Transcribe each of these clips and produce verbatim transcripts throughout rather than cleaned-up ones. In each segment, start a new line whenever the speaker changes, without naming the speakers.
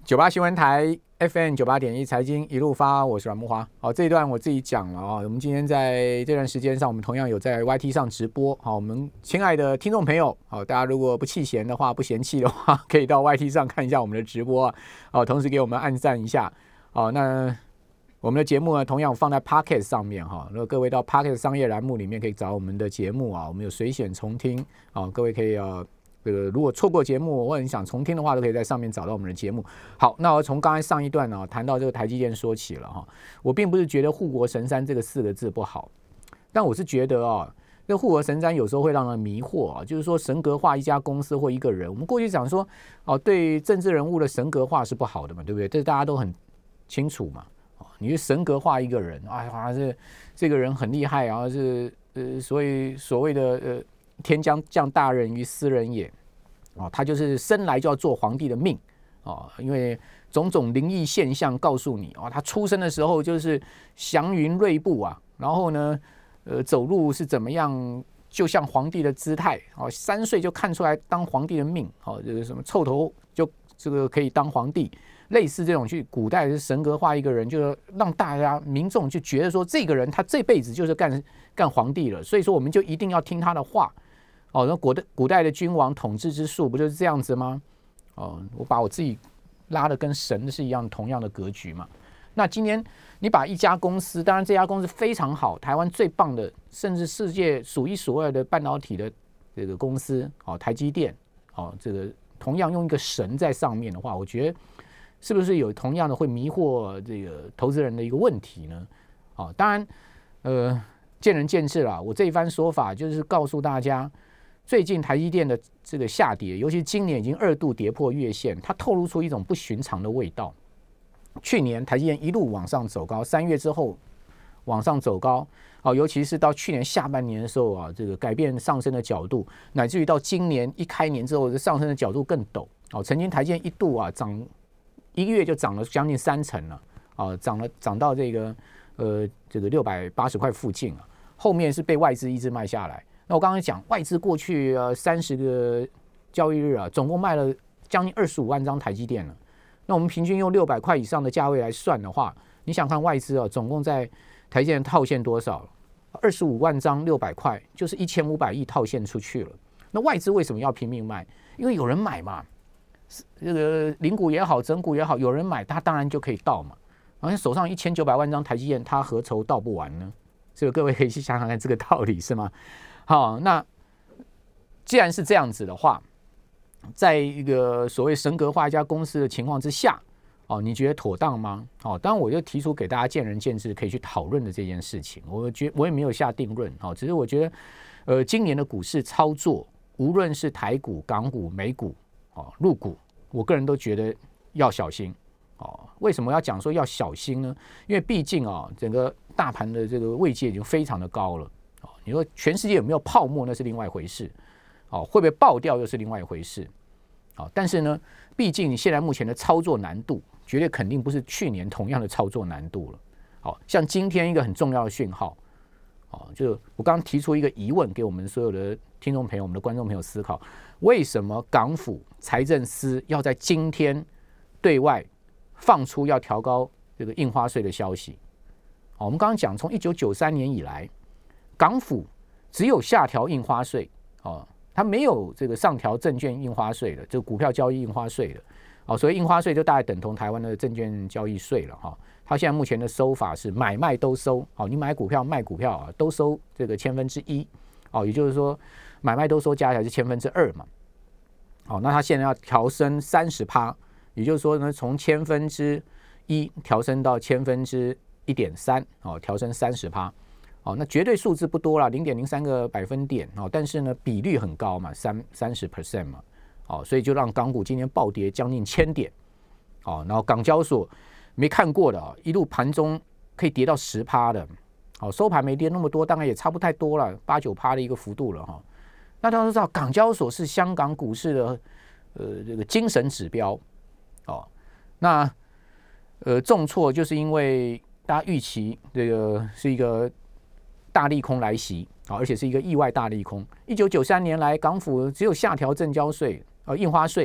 九八新闻台 F M 九八点一财经一路发，我是阮慕骅。好，这一段我自己讲了啊。我们今天在这段时间上，我们同样有在 Y T 上直播。好，我们亲爱的听众朋友，好，大家如果不弃嫌的话，不嫌弃的话，可以到 Y T 上看一下我们的直播啊。好，同时给我们按赞一下。好，那我们的节目呢，同样放在 Podcast 上面哈。如果各位到 Podcast 商业栏目里面可以找我们的节目啊，我们有随选重听啊，各位可以呃。这个如果错过节目或者你想重听的话，都可以在上面找到我们的节目。好，那我从刚才上一段呢、啊、谈到这个台积电说起了哈。我并不是觉得护国神山这个四个字不好，但我是觉得啊，这护国神山有时候会让人迷惑啊，就是说神格化一家公司或一个人。我们过去讲说哦，对政治人物的神格化是不好的嘛，对不对？这大家都很清楚嘛。哦，你去神格化一个人，啊，好像是这个人很厉害，然后是呃，所以所谓的呃。天将降大任于斯人也，哦，他就是生来就要做皇帝的命，哦，因为种种灵异现象告诉你，哦，他出生的时候就是祥云瑞步啊，然后呢，呃，走路是怎么样，就像皇帝的姿态，哦，三岁就看出来当皇帝的命，哦，这个什么臭头就这个可以当皇帝，类似这种去古代是神格化一个人，就是让大家民众就觉得说这个人他这辈子就是干干皇帝了，所以说我们就一定要听他的话。哦，那古代古代的君王统治之术不就是这样子吗？哦，我把我自己拉的跟神是一样同样的格局嘛。那今天你把一家公司，当然这家公司非常好，台湾最棒的，甚至世界数一数二的半导体的这个公司，哦，台积电，哦，这个同样用一个神在上面的话，我觉得是不是有同样的会迷惑这个投资人的一个问题呢？哦，当然，呃，见仁见智啦。我这一番说法就是告诉大家。最近台积电的这个下跌，尤其今年已经二度跌破月线，它透露出一种不寻常的味道。去年台积电一路往上走高，三月之后往上走高，哦，尤其是到去年下半年的时候啊，这个改变上升的角度，乃至于到今年一开年之后，这上升的角度更陡。哦，曾经台积电一度啊涨一个月就涨了将近三成了，哦，涨了涨到这个呃这个六百八十块附近啊，后面是被外资一直卖下来。那我刚刚讲，外资过去呃三十个交易日啊，总共卖了将近二十五万张台积电了。那我们平均用六百块以上的价位来算的话，你想看外资啊，总共在台积电套现多少？二十五万张六百块，就是一千五百亿套现出去了。那外资为什么要拼命卖？因为有人买嘛，这个零股也好，整股也好，有人买，他当然就可以倒嘛。然后手上一千九百万张台积电，他何愁倒不完呢？所以各位可以去想想看这个道理是吗？好，那既然是这样子的话，在一个所谓神格化一家公司的情况之下，哦，你觉得妥当吗？哦，当然我就提出给大家见仁见智，可以去讨论的这件事情。我觉我也没有下定论，哦，只是我觉得，呃，今年的股市操作，无论是台股、港股、美股，哦，陆股，我个人都觉得要小心。哦，为什么要讲说要小心呢？因为毕竟啊，整个大盘的这个位阶已经非常的高了。你说全世界有没有泡沫那是另外一回事，哦，会不会爆掉又是另外一回事，哦，但是呢，毕竟你现在目前的操作难度绝对肯定不是去年同样的操作难度了，哦，像今天一个很重要的讯号，哦，就我刚刚提出一个疑问给我们所有的听众朋友、我们的观众朋友思考，为什么港府财政司要在今天对外放出要调高这个印花税的消息？哦，我们刚刚讲从一九九三年以来。港府只有下调印花税，哦，它没有这个上调证券印花税的，这个股票交易印花税的，哦，所以印花税就大概等同台湾的证券交易税了哈、哦。它现在目前的收法是买卖都收，哦，你买股票卖股票啊都收这个千分之一，哦，也就是说买卖都收加起来是千分之二嘛，哦，那它现在要调升三十趴，也就是说呢，从千分之一调升到千分之一点三，哦，调升三十趴。哦，那绝对数字不多啦，零点零三个百分点哦，但是呢，比率很高嘛，三三十 percent 嘛，哦，所以就让港股今天暴跌将近千点，哦，然后港交所没看过的、哦、一路盘中可以跌到十趴的，哦，收盘没跌那么多，当然也差不太多了，八九趴的一个幅度了哈、哦。那大家都知道，港交所是香港股市的呃这个精神指标，哦，那呃重挫就是因为大家预期这个是一个。大利空来袭，而且是一个意外大利空。一九九三年来，港府只有下调证交税、呃印花税的，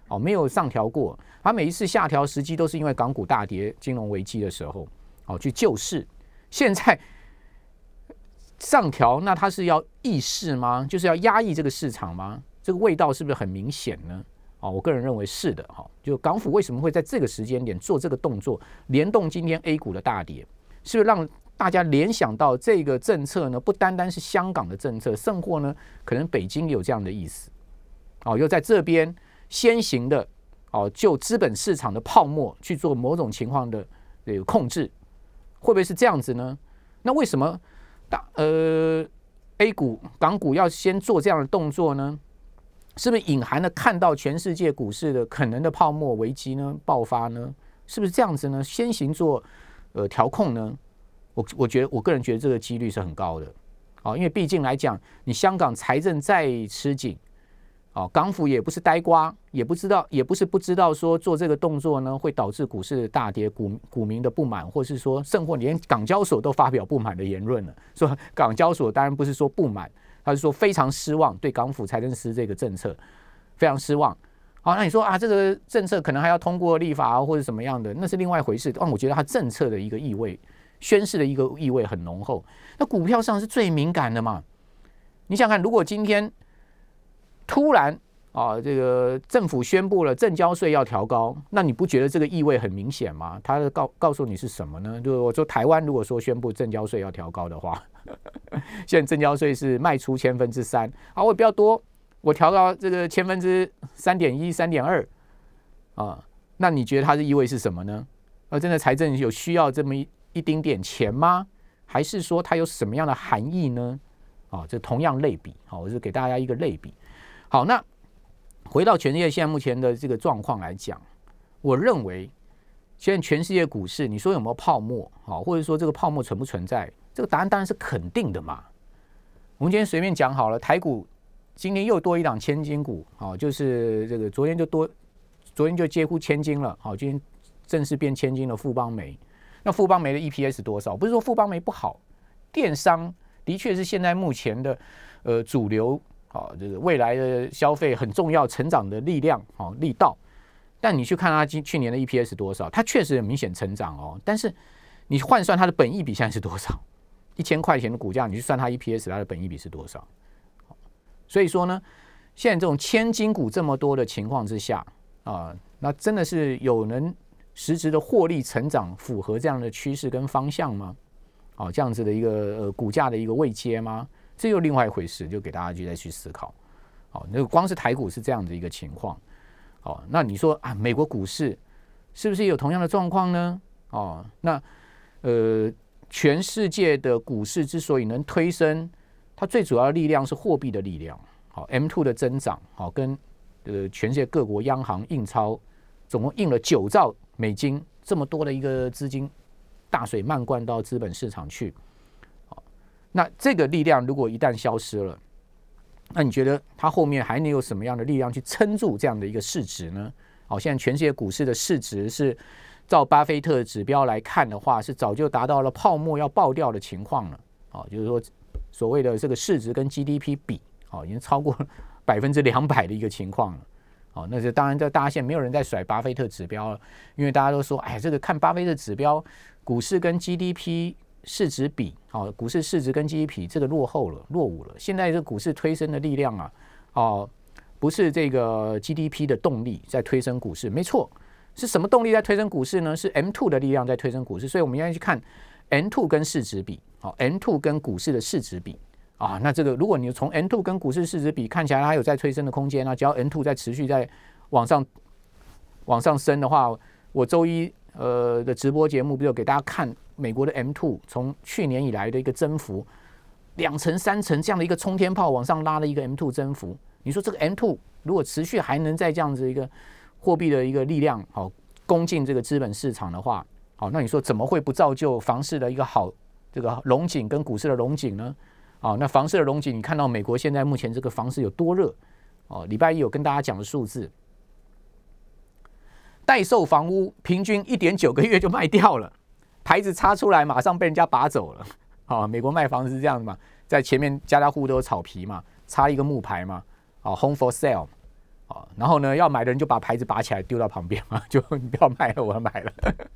哦，没有上调过。它每一次下调时机都是因为港股大跌、金融危机的时候，哦，去救市。现在上调，那它是要抑市吗？就是要压抑这个市场吗？这个味道是不是很明显呢？哦，我个人认为是的。哈，就港府为什么会在这个时间点做这个动作，联动今天 A 股的大跌，是不是让大家联想到这个政策呢？不单单是香港的政策，甚或呢，可能北京有这样的意思。哦，又在这边先行的哦，就资本市场的泡沫去做某种情况的这个控制。会不会是这样子呢？那为什么大呃 A 股、港股要先做这样的动作呢？是不是隐含的看到全世界股市的可能的泡沫危机呢爆发呢？是不是这样子呢？先行做呃调控呢？我我觉得我个人觉得这个几率是很高的。哦，因为毕竟来讲，你香港财政再吃紧。哦，港府也不是呆瓜，也不知道，也不是不知道说做这个动作呢会导致股市的大跌，股股民的不满，或是说甚或连港交所都发表不满的言论了。说港交所当然不是说不满，他是说非常失望，对港府财政司这个政策非常失望。好，那你说啊，这个政策可能还要通过立法或者什么样的，那是另外一回事。但我觉得它政策的一个意味，宣示的一个意味很浓厚。那股票上是最敏感的嘛？你想看，如果今天突然啊，这个政府宣布了证交税要调高，那你不觉得这个意味很明显吗？他告告诉你是什么呢？就是我说台湾如果说宣布证交税要调高的话，现在证交税是卖出千分之三，啊，我比较多，我调到这个千分之三点一、三点二啊，那你觉得它的意味是什么呢？而真的财政有需要这么一一丁点钱吗？还是说它有什么样的含义呢？啊，这同样类比，好，我是给大家一个类比。好，那回到全世界现在目前的这个状况来讲，我认为现在全世界股市，你说有没有泡沫，好，或者说这个泡沫存不存在？这个答案当然是肯定的嘛。我们今天随便讲好了，台股今天又多一档千金股，好，就是这个昨天就多，昨天就接乎千金了，好，今天正式变千金了。富邦媒，那富邦媒的 E P S 多少？不是说富邦媒不好，电商的确是现在目前的呃主流。好，这个未来的消费很重要，成长的力量，好力道。但你去看它去年的 E P S 多少，它确实很明显成长哦。但是你换算它的本益比现在是多少？一千块钱的股价，你去算它 E P S， 它的本益比是多少？所以说呢，现在这种千金股这么多的情况之下啊，那真的是有能实质的获利成长，符合这样的趋势跟方向吗？哦，这样子的一个呃股价的一个位阶吗？这又另外一回事，就给大家去再去思考。好，那个光是台股是这样的一个情况。好，那你说啊，美国股市是不是有同样的状况呢？哦，那呃，全世界的股市之所以能推升，它最主要的力量是货币的力量。好 ，M 二 的增长，好，跟呃全世界各国央行印钞，总共印了九兆美金，这么多的一个资金大水漫灌到资本市场去。那这个力量如果一旦消失了，那你觉得它后面还能有什么样的力量去撑住这样的一个市值呢？好，现在全世界股市的市值是照巴菲特的指标来看的话，是早就达到了泡沫要爆掉的情况了。好，就是说所谓的这个市值跟 G D P 比，好，已经超过百分之两百的一个情况了。好，那这当然，这大家现在没有人在甩巴菲特指标了，因为大家都说，哎，这个看巴菲特指标，股市跟 G D P。市值比，哦，股市市值跟 G D P 这个落后了，落伍了。现在这股市推升的力量啊，哦，不是这个 G D P 的动力在推升股市，没错，是什么动力在推升股市呢？是 M 二 的力量在推升股市。所以我们要去看 M 二 跟市值比，好 ，M 二 跟股市的市值比啊。那这个如果你从 M 二 跟股市市值比看起来它有在推升的空间啊，只要 M 二 在持续在往上往上升的话，我周一呃的直播节目不就给大家看？美国的 M 二 从去年以来的一个增幅，两成三成这样的一个冲天炮往上拉的一个 M 二 增幅，你说这个 M 二 如果持续还能在这样子一个货币的一个力量好攻进这个资本市场的话，好，那你说怎么会不造就房市的一个好这个龙井跟股市的龙井呢？啊，那房市的龙井，你看到美国现在目前这个房市有多热？哦，礼拜一有跟大家讲的数字，待售房屋平均 一点九个月就卖掉了。牌子插出来，马上被人家拔走了。好，美国卖房子是这样的嘛，在前面家家户户都有草皮嘛，插一个木牌嘛，好 ，Home for Sale， 啊，然后呢，要买的人就把牌子拔起来丢到旁边嘛，就你不要卖了，我要买了。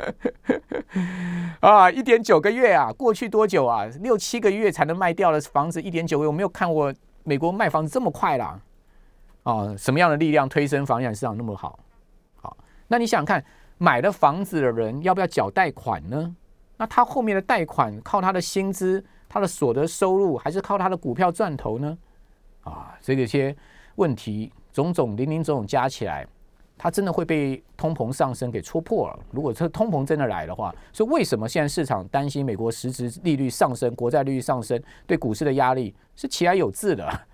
啊，一点九个月啊，过去多久啊？六七个月才能卖掉的房子，一点九个月，我没有看过美国卖房子这么快啦。啊，什么样的力量推升房地产市场那么好？好，那你想想看，买了房子的人要不要缴贷款呢？那他后面的贷款靠他的薪资、他的所得收入，还是靠他的股票赚头呢？啊，这个些问题种种零零总总加起来，它真的会被通膨上升给戳破了。如果这通膨真的来的话，所以为什么现在市场担心美国实质利率上升、国债利率上升对股市的压力是其来有自的？